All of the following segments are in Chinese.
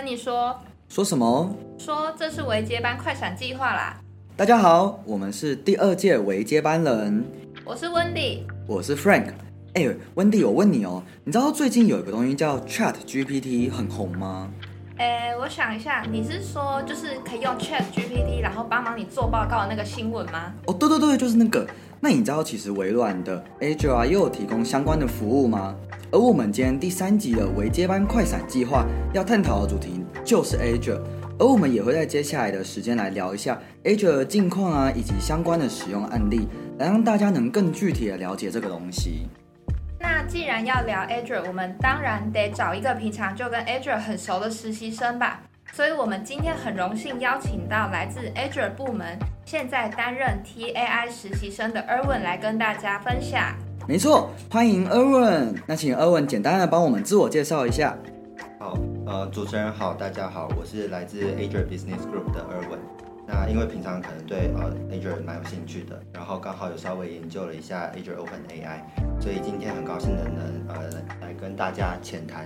跟你说什么？ 说这是微接班快闪计划啦。 大家好，我们是第2届微接班人。 我是 Wendy， 我是 Frank。Wendy， 我问你哦，你知道最近有一个东西叫 Chat GPT 很红吗？ 我想一下，你是说就是可以用 Chat GPT 然后帮忙你做报告的那个新闻吗？ 哦，对，就是那个。那你知道其实微软的 Azure 也有提供相关的服务吗？而我们今天第3集的微接班快闪计划要探讨的主题就是 Azure， 而我们也会在接下来的时间来聊一下 Azure 的近况啊，以及相关的使用案例，来让大家能更具体的了解这个东西。 那既然要聊 Azure， 我们当然得找一个平常就跟 Azure 很熟的实习生吧。所以我们今天很荣幸邀请到来自 Azure 部门，现在担任 TAI 实习生的 Erwin 来跟大家分享。 没错，欢迎 Erwin。那请 Erwin 简单的帮我们自我介绍一下。 好，主持人好，大家好，我是来自 Azure Business Group 的 Erwin。那因为平常可能对Azure 蛮有兴趣的，然后刚好有稍微研究了一下 Azure OpenAI， 所以今天很高兴的能来跟大家浅谈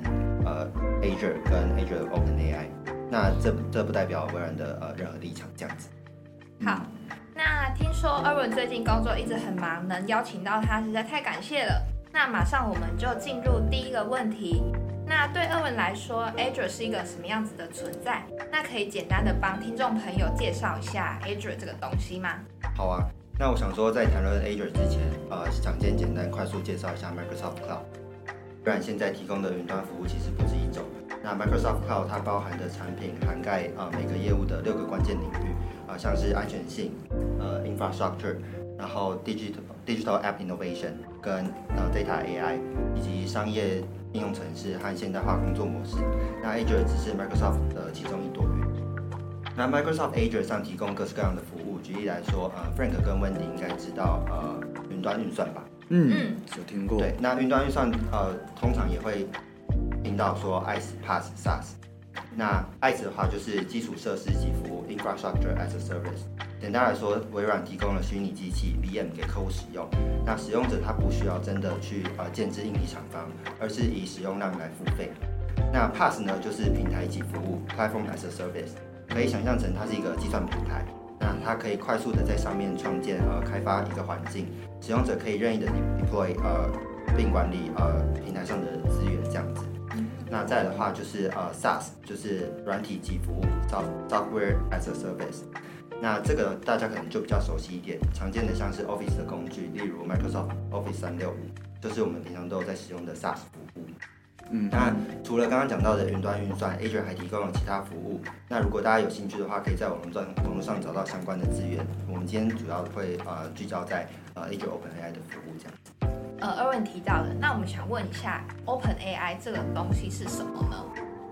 Azure 跟 Azure OpenAI。那这不代表微软的任何立场，这样子。 好，那听说 Erwin 最近工作一直很忙，能邀请到他实在太感谢了。那马上我们就进入第一个问题。那对 Erwin 来说 ，Azure 是一个什么样子的存在？那可以简单的帮听众朋友介绍一下 Azure 这个东西吗？ 好啊，那我想说在谈论 Azure 之前，想先简单快速介绍一下 Microsoft Cloud。微软现在提供的云端服务其实不止一种。那 Microsoft Cloud 它包含的产品涵盖每个业务的6个关键领域，像是安全性、infrastructure， 然后 digital app innovation 跟data AI， 以及商业应用程式和现代化工作模式。那 Azure 只是 Microsoft 的其中一朵云。那 Microsoft Azure 上提供各式各样的服务，举例来说，Frank 跟 Wendy 应该知道云端运算吧？ 有听过。 对，那云端运算通常也会听到说 IaaS、PaaS、SaaS。那 IaaS 的话就是基础设施及服务 （Infrastructure as a Service）。简单来说，微软提供了虚拟机器 （VM） 给客户使用。那使用者他不需要真的去建置硬体厂房，而是以使用量来付费。那 PaaS 呢，就是平台级服务 （Platform as a Service），可以想象成它是一个计算平台。那它可以快速的在上面创建开发一个环境，使用者可以任意的 deploy 并管理平台上的资源这样子。那再来的话就是SaaS， 就是软体级服务 Software as a Service。那这个大家可能就比较熟悉一点，常见的像是 Office 的工具，例如 Microsoft Office 365，就是我们平常都有在使用的 SaaS 服务。那除了刚刚讲到的云端运算 ，Azure 还提供了其他服务。那如果大家有兴趣的话，可以在网络上找到相关的资源。我们今天主要会聚焦在Azure OpenAI 的服务这样子。 Erwin 提到的，那我们想问一下 OpenAI 这个东西是什么呢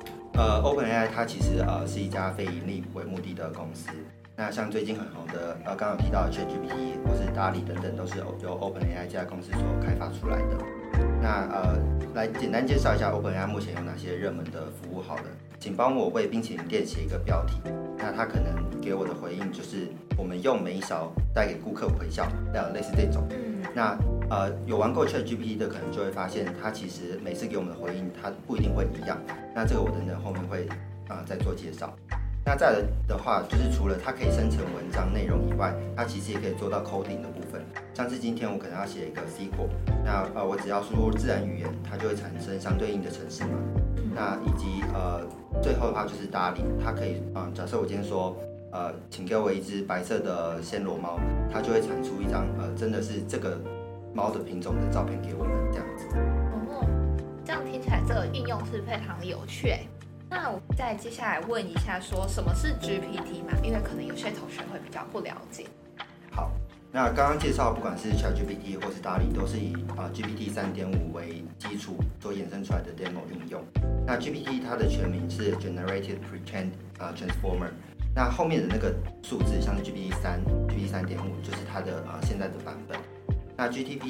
？OpenAI 它其实是一家非盈利为目的的公司。那像最近很红的刚刚有提到的 ChatGPT 或是 DALL-E 等等，都是由 OpenAI 这家公司所开发出来的。那来简单介绍一下 OpenAI 目前有哪些热门的服务好了，请帮我为冰淇淋店写一个标题。那他可能给我的回应就是我们用每一勺带给顾客回笑，类似这种。那有玩过 ChatGPT 的可能就会发现，它其实每次给我们的回应它不一定会一样。那这个我等等后面会再做介绍。那再来的话，就是除了它可以生成文章内容以外，它其实也可以做到 coding 的部分。像是今天我可能要写一个 SQL， 那我只要输入自然语言，它就会产生相对应的程式码。那以及最后的话就是 DALL-E， 它可以假设我今天说请给我一只白色的暹罗猫，它就会产出一张真的是这个猫的品种的照片给我们这样子。 这样听起来这个应用是非常的有趣。那我再接下来问一下，说什么是 GPT 嘛？因为可能有些同学会比较不了解。 好，那刚刚介绍不管是 ChatGPT 或是 DALL-E 都是以GPT 3.5 为基础所衍生出来的 demo 应用。那 GPT 它的全名是 Generated Pre-trained Transformer。那后面的那个数字像是 GPT 3、GPT 3.5就是它的现在的版本。那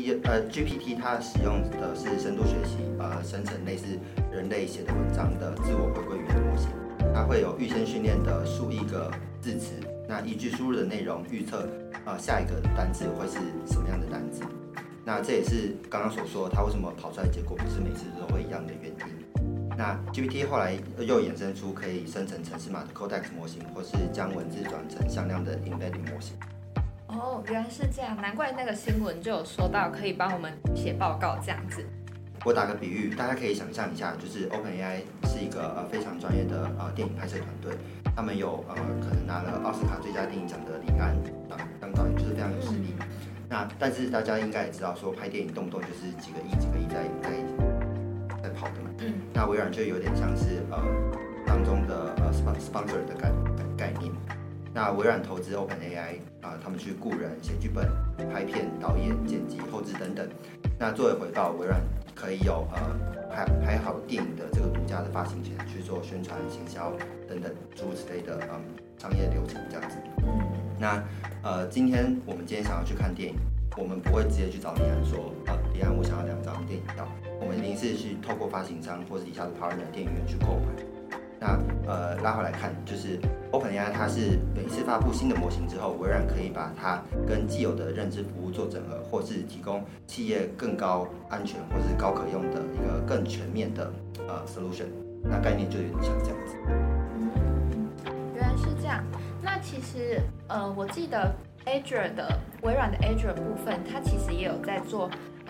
GPT 它使用的是深度学习生成类似人类写的文章的自我回归语言模型。它会有预先训练的数亿个字词，那依据输入的内容预测下一个单字会是什么样的单字。那这也是刚刚所说它为什么跑出来的结果不是每次都会一样的原因。 那 GPT 后来又衍生出可以生成程式码的 Codex 模型，或是将文字转成向量的 Embedding 模型。 哦，原来是这样，难怪那个新闻就有说到可以帮我们写报告这样子。 我打个比喻，大家可以想象一下，就是 OpenAI 是一个非常专业的电影拍摄团队，他们有可能拿了奥斯卡最佳电影奖的李安当导演，就是非常有实力。那但是大家应该也知道，说拍电影动不动就是几个亿在跑的嘛。那微软就有点像是当中的sponsor 的概念。那微软投资 OpenAI 他们去雇人写剧本、拍片、导演、剪辑、后制等等。那作为回报，微软可以有拍好电影的这个独家的发行权去做宣传、行销等等诸如此类的商业流程这样子。那今天想要去看电影，我们不会直接去找李安说李安我想要2张电影票，我们一定是去透过发行商或是底下的 partner 电影院去购买。那拉回来看，就是 OpenAI 它是每次发布新的模型之后，微软可以把它跟既有的认知服务做整合，或是提供企业更高安全或是高可用的一个更全面的solution。那概念就有点像这样子。 原来是这样。那其实我记得 Azure 的微软的 Azure 部分，它其实也有在做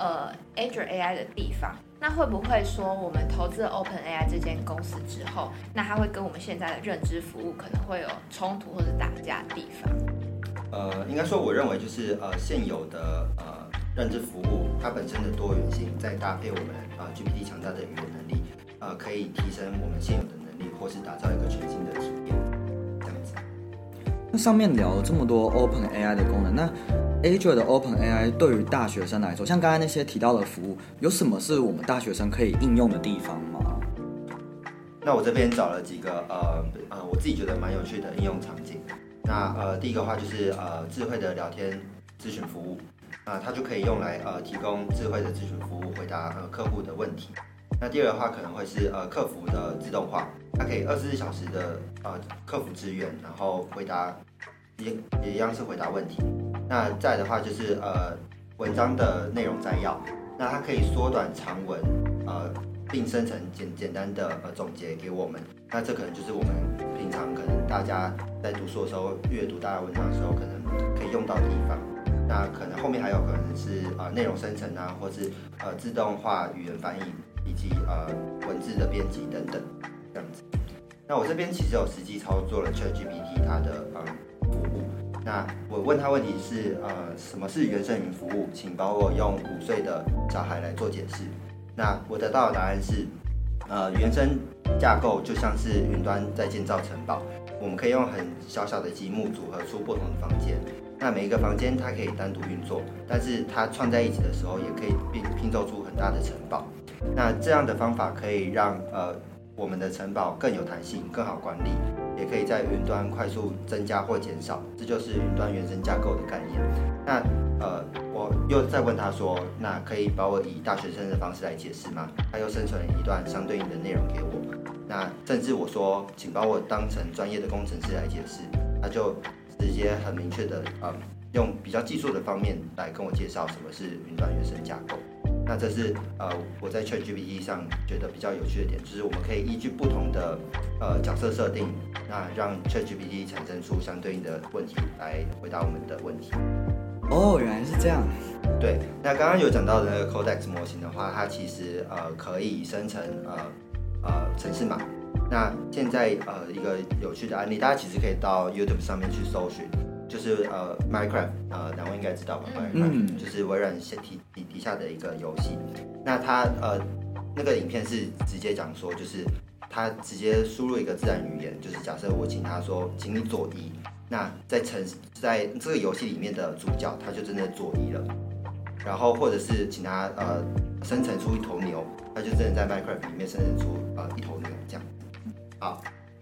Azure AI 的地方。那会不会说我们投资了 OpenAI 这间公司之后，那它会跟我们现在的认知服务可能会有冲突或者打架的地方？ 应该说，我认为就是现有的认知服务，它本身的多元性，再搭配我们GPT 强大的语言能力，可以提升我们现有的能力，或是打造一个全新的体验，这样子。 那上面聊了这么多 OpenAI 的功能，那 Azure 的 OpenAI 对于大学生来说，像刚才那些提到的服务，有什么是我们大学生可以应用的地方吗？ 那我这边找了几个我自己觉得蛮有趣的应用场景。那第一个话就是智慧的聊天咨询服务，它就可以用来提供智慧的咨询服务，回答客户的问题。那第二个话可能会是客服的自动化，它可以24小时的客服支援，然后回答也一样是回答问题。那再来的话就是文章的内容摘要，那它可以缩短长文并生成简单的总结给我们。那这可能就是我们平常可能大家在读书的时候阅读大家文章的时候可能可以用到的地方。那可能后面还有可能是内容生成啊，或是自动化语言翻译，以及文字的编辑等等这样子。那我这边其实有实际操作了 ChatGPT 它的服务。那我问他问题是什么是原生云服务？请帮我用5岁的小孩来做解释。那我得到的答案是原生架构就像是云端在建造城堡，我们可以用很小小的积木组合出不同的房间。那每一个房间它可以单独运作，但是它串在一起的时候也可以拼凑出很大的城堡。那这样的方法可以让我们的城堡更有弹性，更好管理，也可以在云端快速增加或减少，这就是云端原生架构的概念。那我又再问他说，那可以把我以大学生的方式来解释吗？他又生成了一段相对应的内容给我。那甚至我说，请把我当成专业的工程师来解释，他就直接很明确的用比较技术的方面来跟我介绍什么是云端原生架构。那这是我在 ChatGPT 上觉得比较有趣的点，就是我们可以依据不同的角色设定，那让 ChatGPT 产生出相对应的问题来回答我们的问题。 哦，原来是这样。 对，那刚刚有讲到的那个 Codex 模型的话，它其实可以生成程式码。那现在一个有趣的案例，大家其实可以到 YouTube 上面去搜寻。就是Minecraft，两位应该知道吧？Minecraft 就是微软底下的一个游戏。那它那个影片是直接讲说，就是它直接输入一个自然语言，就是假设我请他说，请你左移，那在这个游戏里面的主角他就真的左移了。然后或者是请他生成出一头牛，他就真的在 Minecraft 里面生成出一头牛这样。好，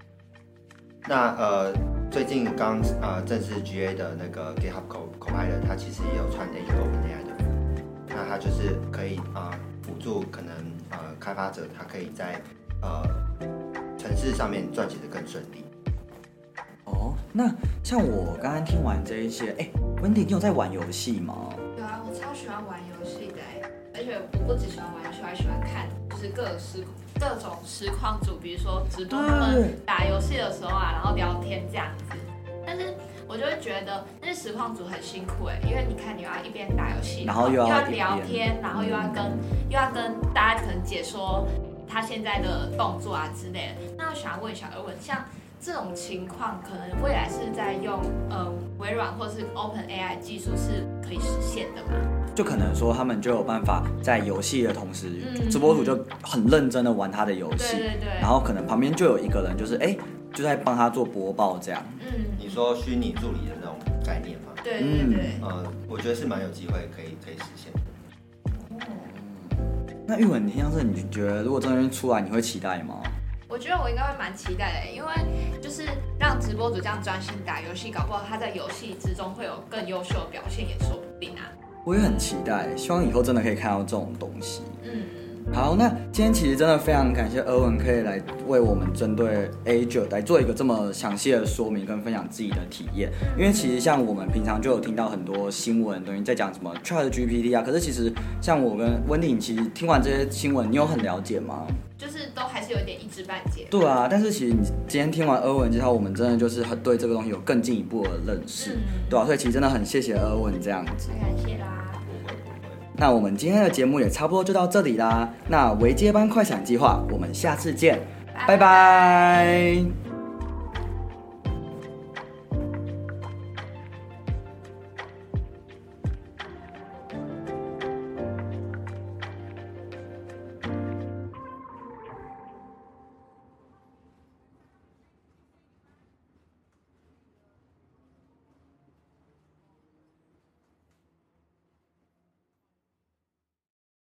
那最近刚正式 GA 的那个 GitHub Copilot， 它其实也有串 Azure OpenAI 的服务，那它就是可以辅助可能开发者，他可以在程式上面撰写的更顺利。 哦，那像我刚刚听完这一些，Wendy，你有在玩游戏吗？ 有啊，我超喜欢玩游戏的，而且我不只喜欢玩游戏，我还会喜欢看，就是各种实况组，比如说直播他们打游戏的时候啊，然后聊天这样子。但是我就会觉得那些实况组很辛苦因为你看你要一边打游戏， 然后又要聊天，然后又要跟大家可能解说他现在的动作啊之类的。那我想问一下尔文，像这种情况，可能未来是在用微软或是 OpenAI 技术是可以实现的吗？ 就可能说他们就有办法在游戏的同时，直播主就很认真的玩他的游戏， 对， 然后可能旁边就有一个人就是就在帮他做播报这样。 你说虚拟助理的那种概念吗？ 对， 我觉得是蛮有机会可以实现的。 那玉文，你像是你觉得如果这东西出来，你会期待吗？ 我觉得我应该会蛮期待的，因为就是让直播主这样专心打游戏，搞不好他在游戏之中会有更优秀的表现，也说不定啊。 我也很期待，希望以后真的可以看到这种东西。好，那今天其实真的非常感谢尔文可以来为我们针对 Azure 来做一个这么详细的说明跟分享自己的体验。因为其实像我们平常就有听到很多新闻等于在讲什么 ChatGPT 啊，可是其实像我跟温蒂，其实听完这些新闻，你有很了解吗？ 就是都还是有点一知半解。 对啊，但是其实你今天听完尔文介绍，我们真的就是很对这个东西有更进一步的认识，对啊，所以其实真的很谢谢尔文这样子。 感谢啦。 那我们今天的节目也差不多就到这里啦。那微接班快闪计划，我们下次见，拜拜。